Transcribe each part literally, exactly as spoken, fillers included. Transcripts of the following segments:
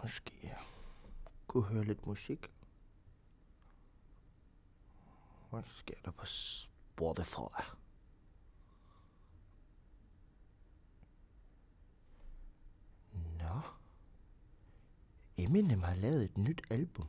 Måske jeg kunne høre lidt musik. Hvad sker der på Spotify? Nå. Eminem har lavet et nyt album.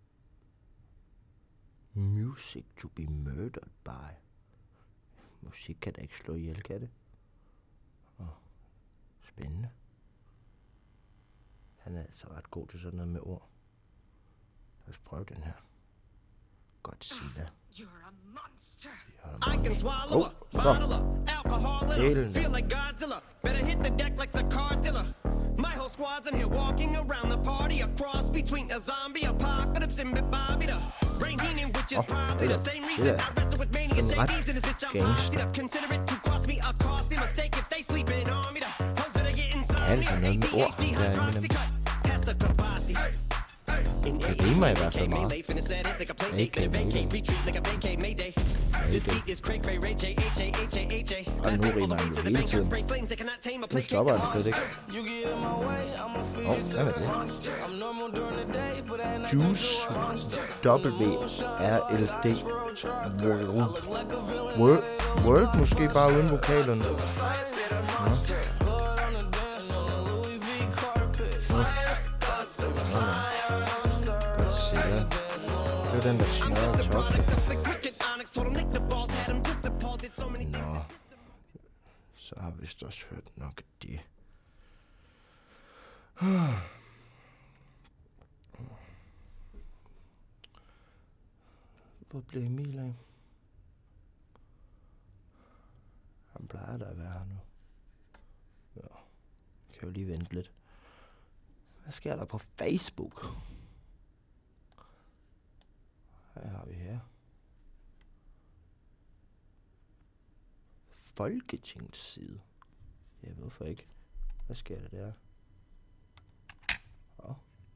Music to be murdered by. Musik kan da ikke slå ihjel, kan det? Åh, spændende. Han er altså ret god til sådan noget med ord. Lad os prøve den her. Godzilla. You're a monster. I can swallow a bottle of alcohol in her. Feel like Godzilla. Better hit the deck like the Cardilla. My whole squad's in here walking around the party. A cross between a zombie apocalypse and Bobby the Brain Heenan, which is probably the same reason I wrestle with mania shakies and this bitch I'm bossy to consider it to cost me a costly mistake if they sleeping on me. The hoes that I get insomnia, A D H D, hydroxy cut, past the Kavasi. Det rimer i hvert fald meget. Og nu rimer han jo hele tiden. Nu stopper han slet ikke. Åh, oh, hvad er det? Juice W R L D World. World, World måske bare uden vokalerne. Ja. Det er den der smørre top. Nå. Så har vi vist også hørt nok det. Hvor blev Emil af? Han plejer da at være her nu. Ja. Kan jo lige vente lidt. Hvad sker der på Facebook? Hvad har vi her? Folketingsside. Ja, hvorfor ikke? Hvad sker der der? Åh.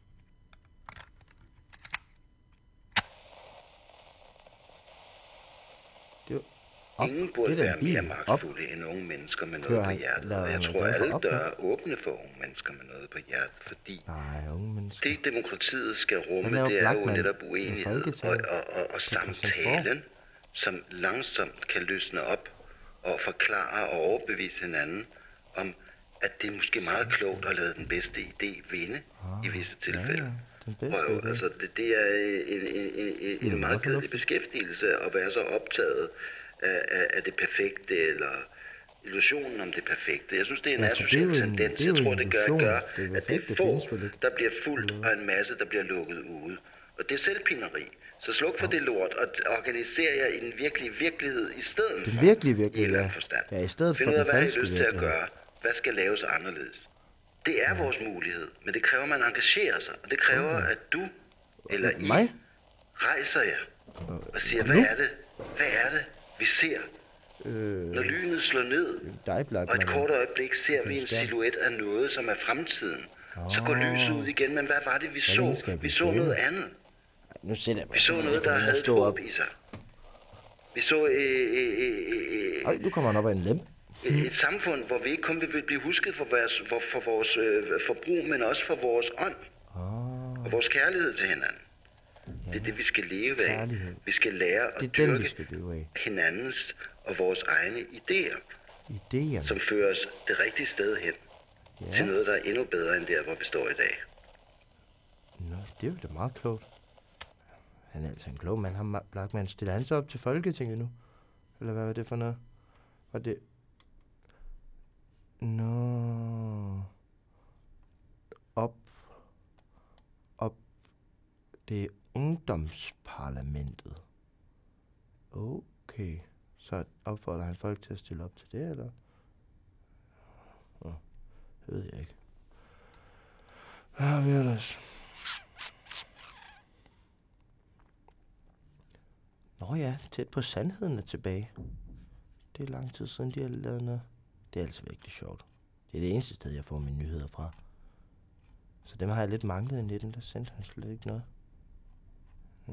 Det Op. Ingen burde være mere magtfulde end unge mennesker med noget på hjertet, og jeg tror, alle døre er åbne for unge mennesker med noget på hjertet, fordi Nej, unge mennesker. det demokratiet skal rumme, det er jo netop uenighed og, og, og, og samtalen, som langsomt kan løsne op og forklare og overbevise hinanden om, at det er måske meget klogt at lade den bedste idé vinde ah, i visse tilfælde. Ja, ja. Og jo, altså, det, det er en, en, en, en meget kedelig beskæftigelse at være så optaget af, af, af det perfekte, eller illusionen om det perfekte. Jeg synes, det er en ja, asocial tendens. Jeg tror, det gør, gør det at det er få, der bliver fuldt, og en masse, der bliver lukket ude. Og det er selvpineri. Så sluk for ja. det lort, og organiser jer i den virkelige virkelighed i stedet den for. Den virkelige virkelighed, ja. Forstand. Ja, i stedet Find for den falske virkelighed. Find ud af, hvad I har lyst til at gøre. Hvad skal laves anderledes? Det er ja. vores mulighed, men det kræver, at man engagerer sig. Og det kræver, okay. at du, eller I, mig? rejser jer og siger, hvad er det? Hvad er det, vi ser? Øh, Når lynet slår ned, dig, Black, og et kort øjeblik ser vi en silhuet af noget, som er fremtiden. Oh. Så går lyset ud igen, men hvad var det, vi så? Vi så noget andet. Nu sætter jeg vi så noget, der havde et håb i sig. Vi så... Øh, øh, øh, Øj, nu kommer han op af en lem. Et samfund, hvor vi ikke kun vil blive husket for vores, for, for vores øh, forbrug, men også for vores ånd. Oh. Og vores kærlighed til hinanden. Ja. Det er det, vi skal leve af. Vi skal lære at dyrke den, hinandens og vores egne idéer. Idéer? Som fører os det rigtige sted hen. Ja. Til noget, der er endnu bedre end der, hvor vi står i dag. Nå, det er jo da meget klogt. Han er altså en klog mand. Ham Blackman, stiller han så op til Folketinget nu? Eller hvad var det for noget? Var det... Nå... Op... Op... Det er ungdomsparlamentet. Okay. Så opfordrer han folk til at stille op til det, eller? Nå, det ved jeg ikke. Hvad har vi ellers? Nå ja, tæt på sandheden er tilbage. Det er lang tid siden, de har lavet noget. Det er altså virkelig sjovt. Det er det eneste sted, jeg får mine nyheder fra. Så dem har jeg lidt manglet i nitten, der sendte han slet ikke noget. Nå.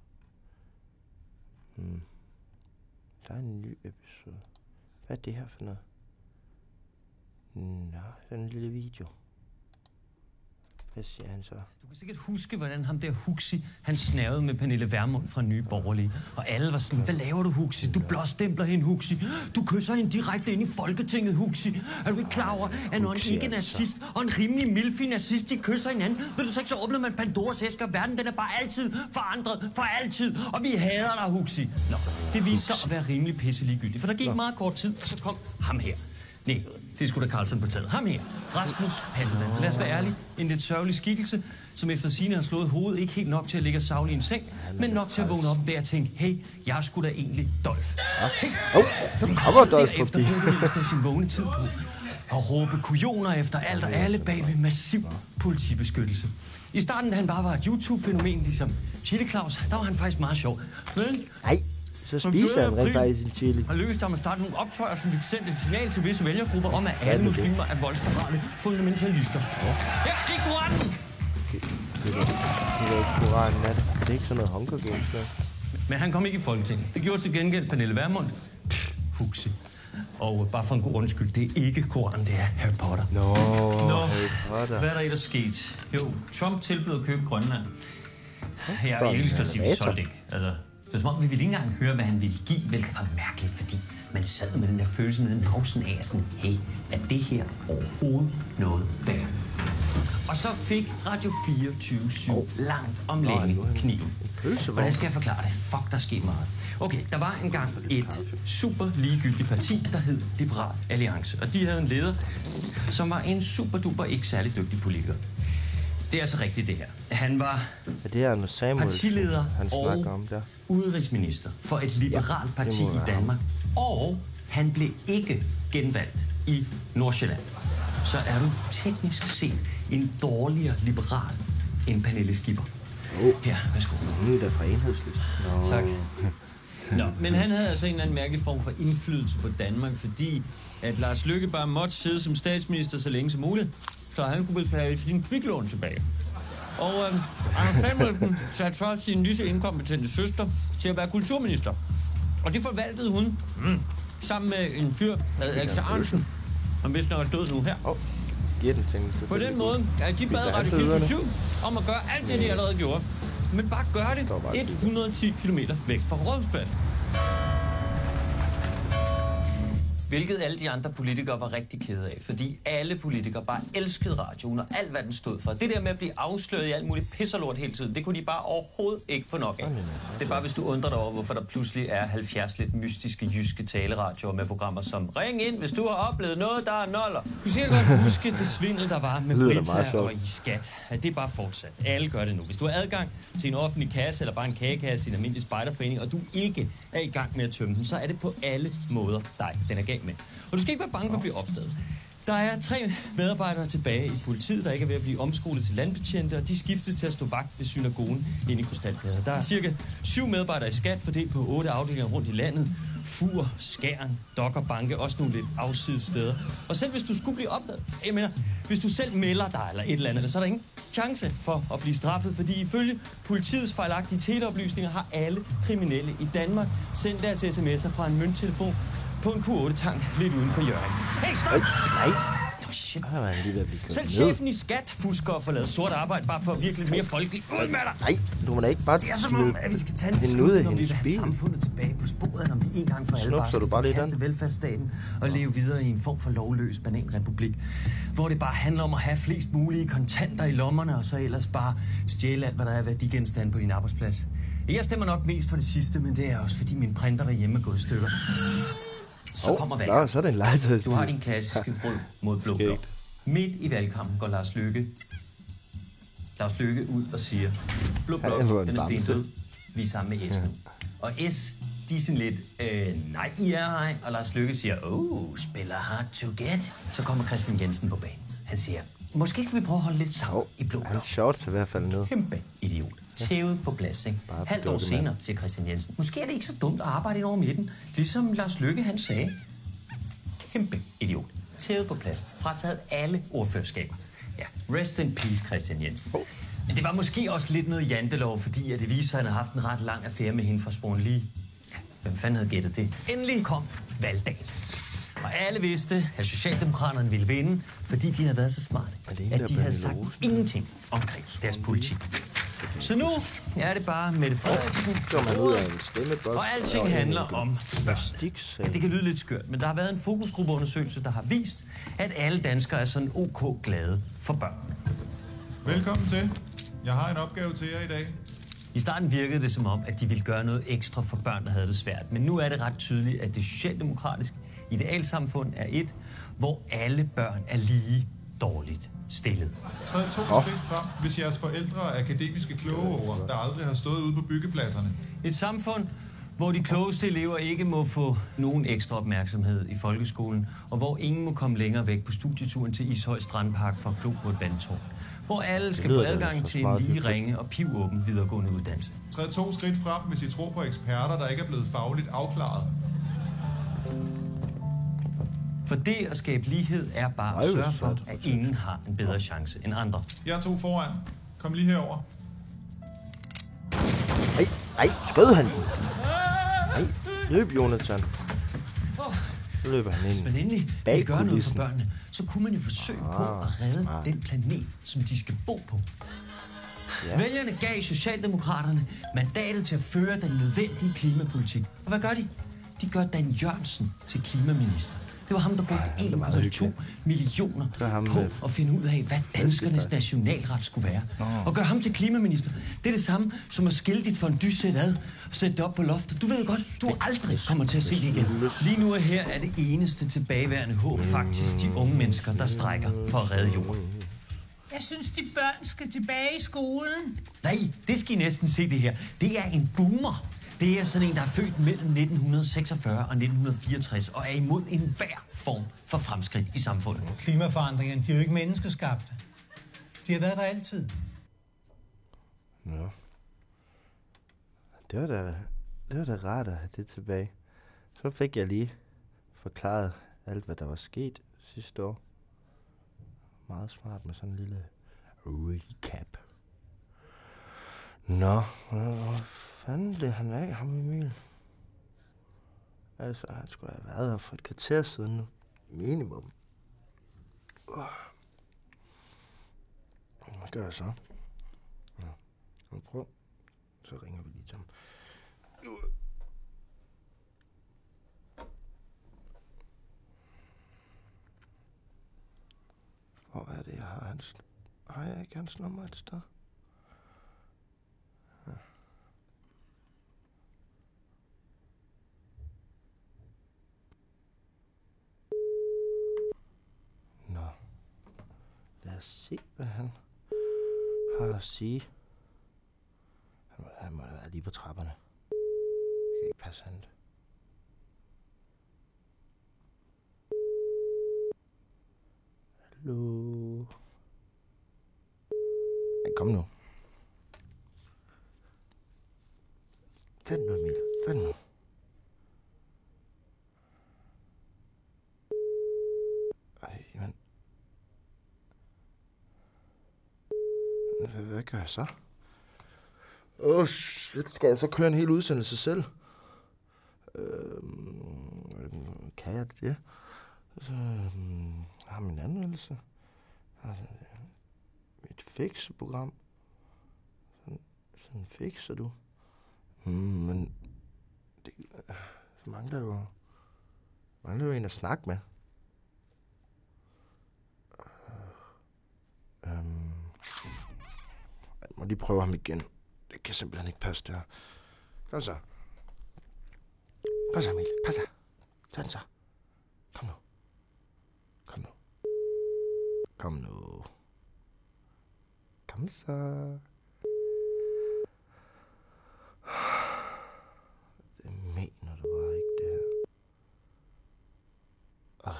Hmm. Der er en ny episode. Hvad er det her for noget? Nå, sådan en lille video. Hvad siger han så? Du kan sikkert huske, hvordan ham der Huxi, han snavede med Pernille Vermund fra Nye Borgerlige. Og alle var sådan, hvad laver du, Huxi? Du blåstempler hende, Huxi. Du kysser hende direkte ind i Folketinget, Huxi. Er du ikke klar over, at når en ikke-nazist og en rimelig milfi nazist, de kysser hinanden, ved du så ikke, så åbner man Pandoras æsker. Verden, den er bare altid forandret, for altid. Og vi hader dig, Huxi. Nå, det viste sig at være rimelig pisseliggyldigt, for der gik meget kort tid, og så kom ham her. Nej, det skulle da Carlsen på taget. Ham her, Rasmus Paludan. Lad os være ærlige. En lidt sørgelig skikkelse, som efter sine har slået hovedet ikke helt nok til at ligge savlig i en seng, men nok til at vågne op der og tænke, hey, jeg er sgu da egentlig Dolf. Åh, oh, nu kommer Dolf forbi. Derefter brugte det mest af sin vågne tid på at råbe kujoner efter alt og alle bag ved massiv politibeskyttelse. I starten, da han bare var et YouTube-fænomen, ligesom Chili Claus, der var han faktisk meget sjov. Men nej. Så spiser han rent faktisk sin chili. Og lykkedes ham at starte nogle optøjer, som fik sendt et signal til visse vælgergrupper om, at alle muslimer er voldsparate fundamentalister. Ja, det er Koranen! Det, det, det, det er ikke Koranen, er det? Det er ikke sådan noget Hunger Games, der. Men han kom ikke i Folketinget. Det gjorde til gengæld Pernille Vermund. Pff, Huxi. Og bare for en god undskyld, det er ikke Koranen, det er Harry Potter. Nå, Nå, Harry Potter. Hvad er der i der sket? Jo, Trump tilbød at købe Grønland. Jeg har ikke lyst til at sige, at vi solgte ikke. Altså, det er som om, vi ville ikke engang høre, hvad han ville give, hvilket var mærkeligt, fordi man sad med den der følelse nede i mausen af, sådan, hey, er det her overhovedet noget værd? Og så fik Radio fireogtyve syv oh. langt om længe kniven. Hvordan skal jeg forklare det? Fuck, der skete meget. Okay, der var engang et super ligegyldigt parti, der hed Liberal Alliance. Og de havde en leder, som var en super duper ikke særlig dygtig politiker. Det er altså rigtigt, det her. Han var det er Samuel, partileder han og om der. udenrigsminister for et liberalt ja, parti i Danmark. Og han blev ikke genvalgt i Nordsjælland. Så er du teknisk set en dårligere liberal end Pernille Skipper. Oh. Ja, værsgo. Nu er der fra Enhedslisten. No. Tak. Nå, men han havde altså en eller anden mærkelig form for indflydelse på Danmark, fordi at Lars Løkke bare måtte sidde som statsminister så længe som muligt, så han kunne betale sin kviklån tilbage. Og øh, Anders Samuelsen satte så sin lige så inkompetente søster til at være kulturminister. Og det forvaltede hun mm, sammen med en fyr, der hed Alex Arnsen, som vist nok er død nu her. Oh. Den På den måde, at de bad Radio fireogtyve syv om at gøre alt det, de allerede gjorde. Men bare gøre det et hundrede og ti kilometer væk fra Rådhuspladsen. Hvilket alle de andre politikere var rigtig kede af, fordi alle politikere bare elskede radioen og alt, hvad den stod for. Det der med at blive afsløret i alt muligt pisserlort hele tiden, det kunne de bare overhovedet ikke få nok af. Det er bare, hvis du undrer dig over, hvorfor der pludselig er halvfjerds lidt mystiske jyske taleradioer med programmer som Ring ind, hvis du har oplevet noget, der er noller. Du skal godt huske det svindel, der var med Brita og i skat. Det er bare fortsat. Alle gør det nu. Hvis du har adgang til en offentlig kasse eller bare en kagekasse i en almindelig spejderforening, og du ikke er i gang med at tømme den, så er det på alle måder dig, den er galt med. Og du skal ikke være bange for at blive opdaget. Der er tre medarbejdere tilbage i politiet, der ikke er ved at blive omskolet til landbetjente, og de skiftes til at stå vagt ved synagogen inde i Krystalgade. Der er cirka syv medarbejdere i skat, fordelt på otte afdelinger rundt i landet. Fur, Skjern, Dokkerbanke, også nogle lidt afsides steder. Og selv hvis du skulle blive opdaget, jeg mener, hvis du selv melder dig eller et eller andet, så er der ingen chance for at blive straffet, fordi ifølge politiets fejlagtige teleoplysninger har alle kriminelle i Danmark sendt deres sms'er fra en mønttelefon på en Q otte-tank lidt uden for Hjørring. Hey, stop! Nej! Oh, shit. Selv chefen i skat fusker og får lavet sort arbejde bare for virkelig mere folkeligt. Ud med dig! Nej, du må da ikke bare det er som om, at vi skal tage en beslutning, om vi vil have samfundet tilbage på sporet, når vi en gang for alle bare skal forkaste velfærdsstaten og leve videre i en form for lovløs bananrepublik, hvor det bare handler om at have flest mulige kontanter i lommerne, og så ellers bare stjæle alt, hvad der er værdigenstande på din arbejdsplads. Jeg stemmer nok mest for det sidste, men det er også fordi min printer derhjemme er gået i stykker. Så oh, kommer valget. Så er det en legetøj. Du har din klassiske rød mod blå blok. Midt i valgkampen går Lars Løkke, Lars Løkke ud og siger, blå blok, den er stendød, vi er sammen med S nu. Og S, de er sådan lidt, øh, nej, I er hej. Og Lars Løkke siger, oh, spiller hard to get. Så kommer Christian Jensen på banen. Han siger, måske skal vi prøve at holde lidt sammen oh, i blå blok. Han shorts i hvert fald ned. Kæmpe idiot. Tævet på plads, ikke? Halvt år senere til Christian Jensen. Måske er det ikke så dumt at arbejde ind over midten, ligesom Lars Løkke han sagde. Kæmpe idiot. Tævet på plads. Frataget alle ordførerskaber. Ja, rest in peace, Christian Jensen. Oh. Men det var måske også lidt noget jantelov, fordi at det viser, at han har haft en ret lang affære med hende fra Sporn Lee. Ja, hvem fanden havde gættet det? Endelig kom valgdagen. Og alle vidste, at Socialdemokraterne ville vinde, fordi de havde været så smarte, at de havde sagt ingenting omkring deres politik. Så nu er det bare Mette Frederiksen, og alting handler om børn. Det kan lyde lidt skørt, men der har været en fokusgruppeundersøgelse, der har vist, at alle danskere er sådan ok glade for børn. Velkommen til. Jeg har en opgave til jer i dag. I starten virkede det som om, at de ville gøre noget ekstra for børn, der havde det svært. Men nu er det ret tydeligt, at det socialdemokratiske idealsamfund er et, hvor alle børn er lige dårligt stillet. Træd to oh. skridt frem, hvis jeres forældre er akademiske klogeover, der aldrig har stået ude på byggepladserne. Et samfund, hvor de klogeste elever ikke må få nogen ekstra opmærksomhed i folkeskolen, og hvor ingen må komme længere væk på studieturen til Ishøj Strandpark for at glo på et vandtårn. Hvor alle skal få adgang til en lige ringe og pivåben videregående uddannelse. Træd to skridt frem, hvis I tror på eksperter, der ikke er blevet fagligt afklaret. For det at skabe lighed er bare at sørge for, at ingen har en bedre chance end andre. Jeg to foran. Kom lige herover. Ej, ej, skød han. Ej, løb Jonathan. Så løber han ind. Hvis man endelig vil gøre noget for børnene, så kunne man jo forsøge ah, på at redde ah. den planet, som de skal bo på. Ja. Vælgerne gav Socialdemokraterne mandatet til at føre den nødvendige klimapolitik. Og hvad gør de? De gør Dan Jørgensen til klimaminister. Det var ham, der brugte en komma to millioner på at finde ud af, hvad danskernes nationalret skulle være. Oh. Og gøre ham til klimaminister, det er det samme som at skille dit for en dyssæt ad og sætte det op på loftet. Du ved godt, du aldrig kommer til at se det igen. Lige nu er her er det eneste tilbageværende håb faktisk de unge mennesker, der strækker for at redde jorden. Jeg synes, de børn skal tilbage i skolen. Nej, det skal I næsten se det her. Det er en boomer. Det er sådan en, der er født mellem nitten seksogfyrre og nitten fireogtres og er imod enhver form for fremskridt i samfundet. Klimaforandringerne, de er jo ikke menneskeskabte. De har været der altid. Nå. Det var da, det var da rart at have det tilbage. Så fik jeg lige forklaret alt, hvad der var sket sidste år. Meget smart med sådan en lille recap. Nå, hvor fanden blev han af, ham Emil? Altså, han skulle have været her for et kvarter siden nu. Minimum. Uh. Hvad gør jeg så? Nå, så prøv. Så ringer vi lige til ham. Uh. Hvor er det, jeg har hans... Har jeg ikke hans nummer et sted? Ja. Nå. Lad os se, hvad han har at sige. Han må, han må være lige på trapperne. Det kan ikke passe andet. Hallo? Ej, kom nu. Tag den nu, Emil. Tag den nu. Ej, men... Hvad, hvad gør jeg så? Åh, oh, shit. Skal jeg så køre en hel udsendelse selv? Øhm, kan jeg det? Så øhm, har min anmeldelse. Har mit fikseprogram. Sådan, sådan fikser du. Hmm, men det, så mangler jo, mangler jo en at snakke med. Uh, um, jeg må lige prøve ham igen. Det kan simpelthen ikke passe det her. Kom så. Kom så, Emil. Kom så. Tag den så. Kom nu. Kom nu. Kom nu. Kom så. Det mener du bare ikke, det her. Ej.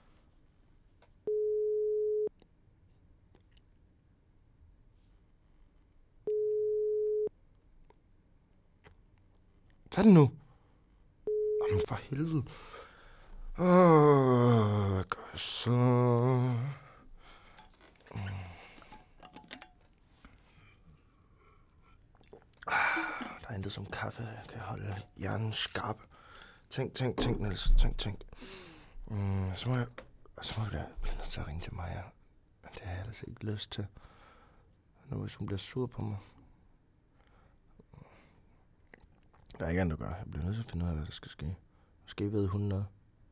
Tag den nu. Jamen for helvede. Åh, hvad gør jeg så? Der er intet som kaffe, jeg kan holde hjernen skarp. Tænk, tænk, tænk, Niels. Tænk, tænk. Mm, så må jeg... Så må jeg blive nødt til at ringe til Maja. Men det har jeg altså ikke lyst til. Nu hvis hun bliver sur på mig. Der er ikke andet at gøre. Jeg bliver nødt til at finde ud af, hvad der skal ske. Måske ved hun noget.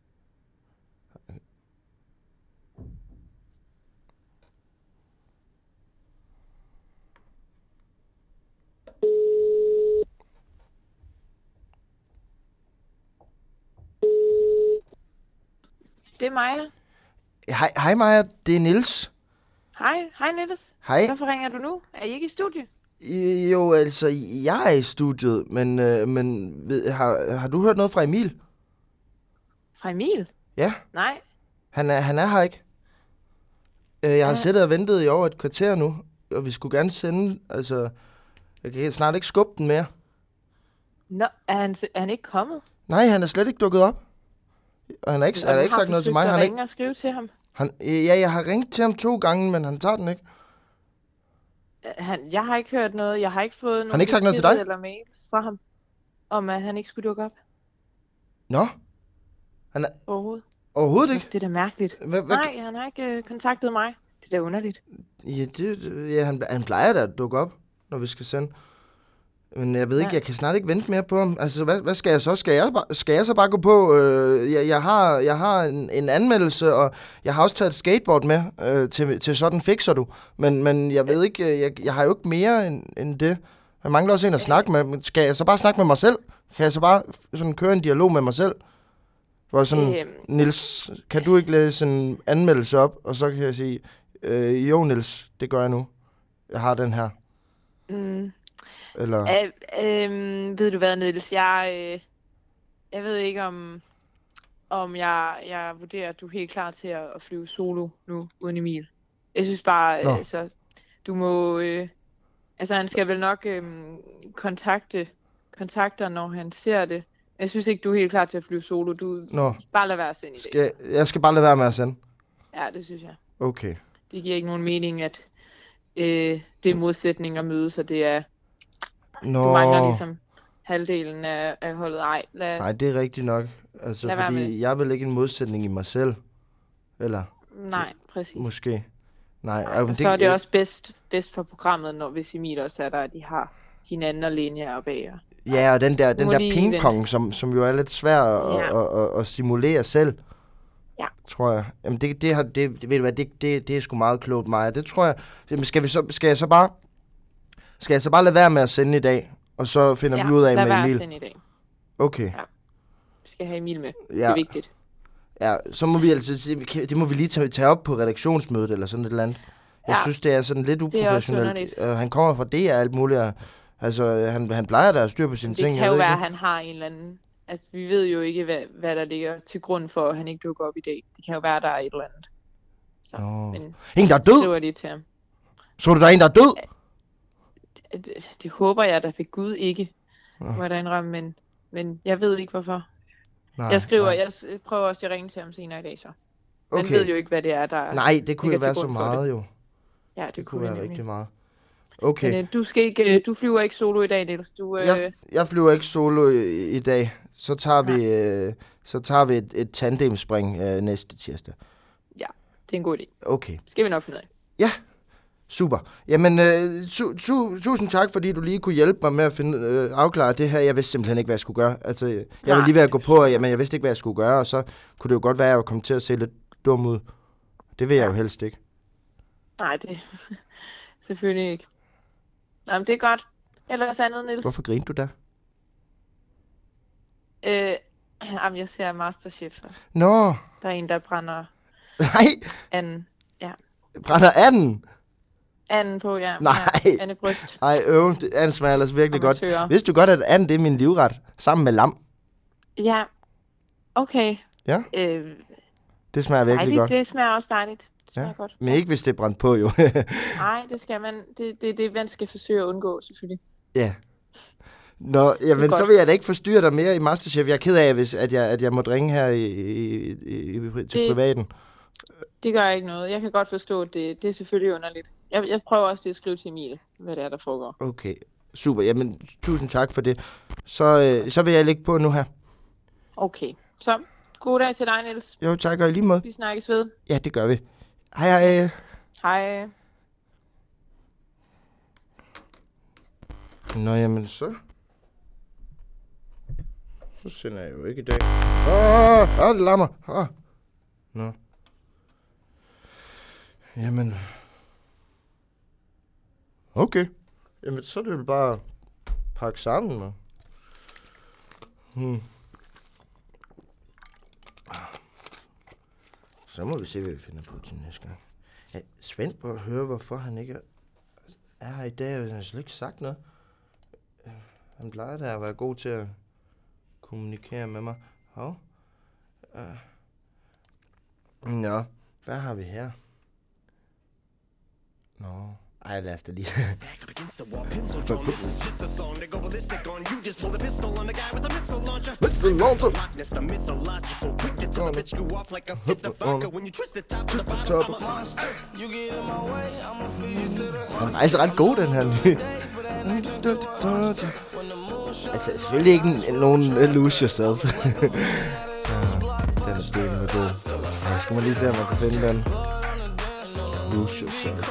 Det er Maja. Hej, hej Maja, det er Niels. Hej, hej Niels. Hej. Hvorfor ringer du nu? Er I ikke i studie? Jo, altså, jeg er i studiet, men, øh, men ved, har, har du hørt noget fra Emil? Fra Emil? Ja. Nej. Han er, han er her ikke. Øh, jeg har Ja. siddet og ventet i over et kvarter nu, og vi skulle gerne sende, altså, jeg kan snart ikke skubbe den mere. Nå, er han, er han ikke kommet? Nej, han er slet ikke dukket op. Og han har ikke, han har ikke sagt noget til mig. Han har har ringe ikke, og skrive til ham. han, ja, jeg har ringt til ham to gange, men han tager den ikke. Han, jeg har ikke hørt noget. Jeg har ikke fået nogen Han har ikke sagt noget til besked dig? eller mails fra ham, om at han ikke skulle dukke op Nå? Han er overhovedet. overhovedet ikke? Det er da mærkeligt. Hvad, hvad, Nej, han har ikke øh, kontaktet mig. Det er da underligt. Ja, det, det- ja han, han plejer da at dukke op, når vi skal sende. Men jeg ved ikke, Ja. jeg kan snart ikke vente mere på ham. Altså, hvad, hvad skal jeg så? Skal jeg, bare- skal jeg så bare gå på? Øh, jeg, jeg har, jeg har en, en anmeldelse, og jeg har også taget et skateboard med øh, til, til sådan fikser du. Men, men jeg ved ikke, øh, jeg, jeg har jo ikke mere end, end det. Jeg mangler også en at snakke med. Men skal jeg så bare snakke med mig selv? Kan jeg så bare f- sådan køre en dialog med mig selv? Hvor sådan, Øhm. Niels, kan du ikke læse en anmeldelse op? Og så kan jeg sige, øh, jo Niels, det gør jeg nu. Jeg har den her. Mm. Eller... Æ, øhm, ved du hvad, Niels? Jeg, øh, jeg ved ikke, om, om jeg, jeg vurderer, at du er helt klar til at, at flyve solo nu, uden Emil. Jeg synes bare, Nå. øh, altså, du må... Øh, altså, han skal vel nok øh, kontakte, kontakte dig, når han ser det. Jeg synes ikke, du er helt klar til at flyve solo. Du Nå. bare lad være at sende i dag. Skal, jeg skal bare lade være med at sende. Ja, det synes jeg. Okay. Det giver ikke nogen mening, at øh, det er modsætninger mødes, og det er... Nå. Du mangler ligesom halvdelen af, af holdet. Ej, lad, Nej, det er rigtigt nok. Altså, Lad være med. fordi jeg er vel ikke en modsætning i mig selv. Eller? nej, præcis. Måske. Nej. Og men så er det også bedst, bedst for programmet, når hvis Emil også er der, at de har hinanden og Lenja og bag jer. Ja, og den der, den må der lige pingpong, som, som jo er lidt svær at, Ja. at, at, at simulere selv. Ja. Tror jeg. Jamen, det, det, har, det, det, ved du hvad, det, det, det er sgu meget klogt, Maja. Det tror jeg. Jamen, skal, vi så, skal jeg så bare... Skal jeg så bare lade være med at sende i dag? Og så finder Ja, vi ud af lad med være at Emil? sende i dag. Okay. Ja. Vi skal have Emil med. Det Ja. er vigtigt. Ja, så må vi altså sige, det må vi lige tage, tage op på redaktionsmødet eller sådan et eller andet. Jeg Ja. synes, det er sådan lidt er også uprofessionelt. underligt. Uh, han kommer fra det og alt muligt. og- Altså, han, han plejer da at styre på sine Det ting. kan jeg jo ved være, at ikke. han har en eller anden... Altså, vi ved jo ikke, hvad, hvad der ligger til grund for, at han ikke dukker op i dag. Det kan jo være, at der er et eller andet. Så, Nå. men En, der er død? skriver lige til ham. Så du, der er en, der er død? Det, det håber jeg da ved Gud ikke, Nå. må jeg da indrømme, men, men jeg ved ikke hvorfor. Nej, jeg skriver, nej. jeg s- prøver også at ringe til ham senere i dag, så. Man Okay. ved jo ikke, hvad det er, der Nej, det kunne jo ligger være til så grund for meget det. jo. Ja, det, Det kunne kunne det være nemlig. rigtig meget. Okay. Men øh, du, skal ikke, øh, du flyver ikke solo i dag, Niels. Du, øh, Jeg, jeg flyver ikke solo i, i dag. Så tager vi, øh, så tager vi et, et tandemspring øh, næste tirsdag. ja, det er en god idé. Okay. Skal vi nok finde ud af. Ja, super. Jamen, øh, tu, tu, tusind tak, fordi du lige kunne hjælpe mig med at finde, øh, afklare det her. Jeg vidste simpelthen ikke, hvad jeg skulle gøre. Altså, jeg var Nej. lige ved at gå på, og, ja, men jeg vidste ikke, hvad jeg skulle gøre, og så kunne det jo godt være, at jeg kom til at se lidt dum ud. Det vil jeg Ja. jo helst ikke. Nej, det selvfølgelig ikke. Nå, men det er godt. Ellers andet, Niels. Hvorfor grinte du da? Øh, jamen, jeg ser Masterchef. og Nå, Der er en, der brænder nej, anden, ja, brænder anden. anden på, ja. Nej. Ja, Anne Bryst. Ej, øv, det anden smager ellers virkelig godt. Amatører. Vidste du godt, at anden det er min livret, sammen med lam? Ja, okay. Ja, Øh, det smager ej, virkelig det, godt. det smager også dejligt. Det smager Ja, godt. men ikke hvis det er brændt på, jo. Nej, det skal man. Det det, det, man skal forsøge at undgå, selvfølgelig. Ja. Nå, jamen, så godt. vil jeg da ikke forstyrre dig mere i Masterchef. Jeg er ked af, hvis, at, jeg, at jeg måtte ringe her i, i, i, i, til Det- privaten. Det gør ikke noget. Jeg kan godt forstå, at det, det er selvfølgelig underligt. Jeg, jeg prøver også lige at skrive til Emil, hvad det er, der foregår. Okay, super. Jamen, tusind tak for det. Så, øh, så vil jeg lægge på nu her. Okay, så God dag til dig, Niels. Jo, tak og i lige måde. Vi snakkes ved. Ja, det gør vi. Hej, hej. Hej. Nå, jamen så. Så sender jeg jo ikke i dag. Åh, åh, det lammer. Åh. Nå. Jamen. Okay. Jamen, så er det jo bare pakke sammen, man. Hmm. Så må vi se, hvad vi finder på til næste gang. Jeg er spændt på at høre, hvorfor han ikke er her i dag. Han har slet ikke sagt noget. Han plejer da at være god til at kommunikere med mig. Hov. Uh. Nå, hvad har vi her? Nå. Ej, lad os da lige. Han er faktisk ret god, den her nye. Altså, selvfølgelig ikke nogen lose yourself. Den er stenende god. Jeg skal man lige se, om man kan finde den. Lose yourself.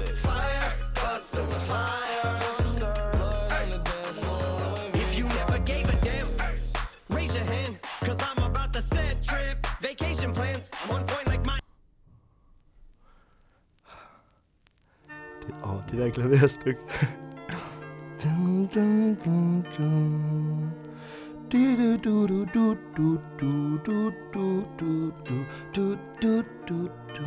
Åh, oh, det der klaverstykke. Dum dum dum dum. Du du du du du du du du du du du du du du.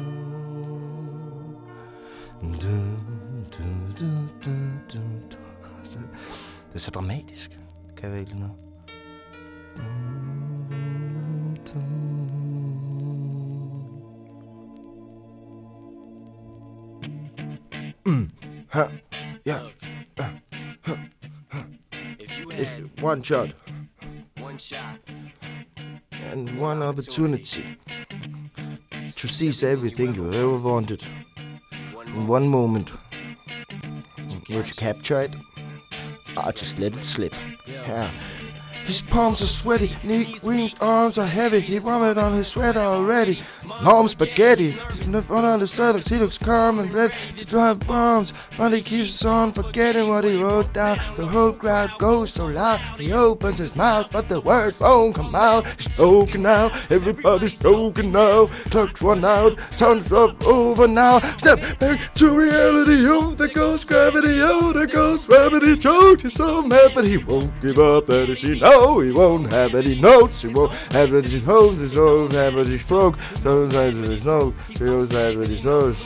Det er så dramatisk. Kan jeg virkelig noget? Mm. Huh. Yeah. Uh. Huh. Huh. If one shot. One shot. And one opportunity to seize everything you ever wanted. In one moment. Would you capture it? Or just let it slip? Yeah. His palms are sweaty, Nick Green's arms are heavy. He vomit on his sweater already. Mom spaghetti. One on the side, he looks calm and ready to drive bombs. But he keeps on forgetting what he wrote down. The whole crowd goes so loud. He opens his mouth, but the words won't come out. He's spoken now, everybody's spoken now. Clock's run out, time's up over now. Step back to reality. Oh, there goes gravity. Oh, there goes gravity. Choked, he's so mad, but he won't give up. That is he knows. He won't have any notes. He won't have any hopes. He won't have any stroke. He won't have any snow. He won't have any snow.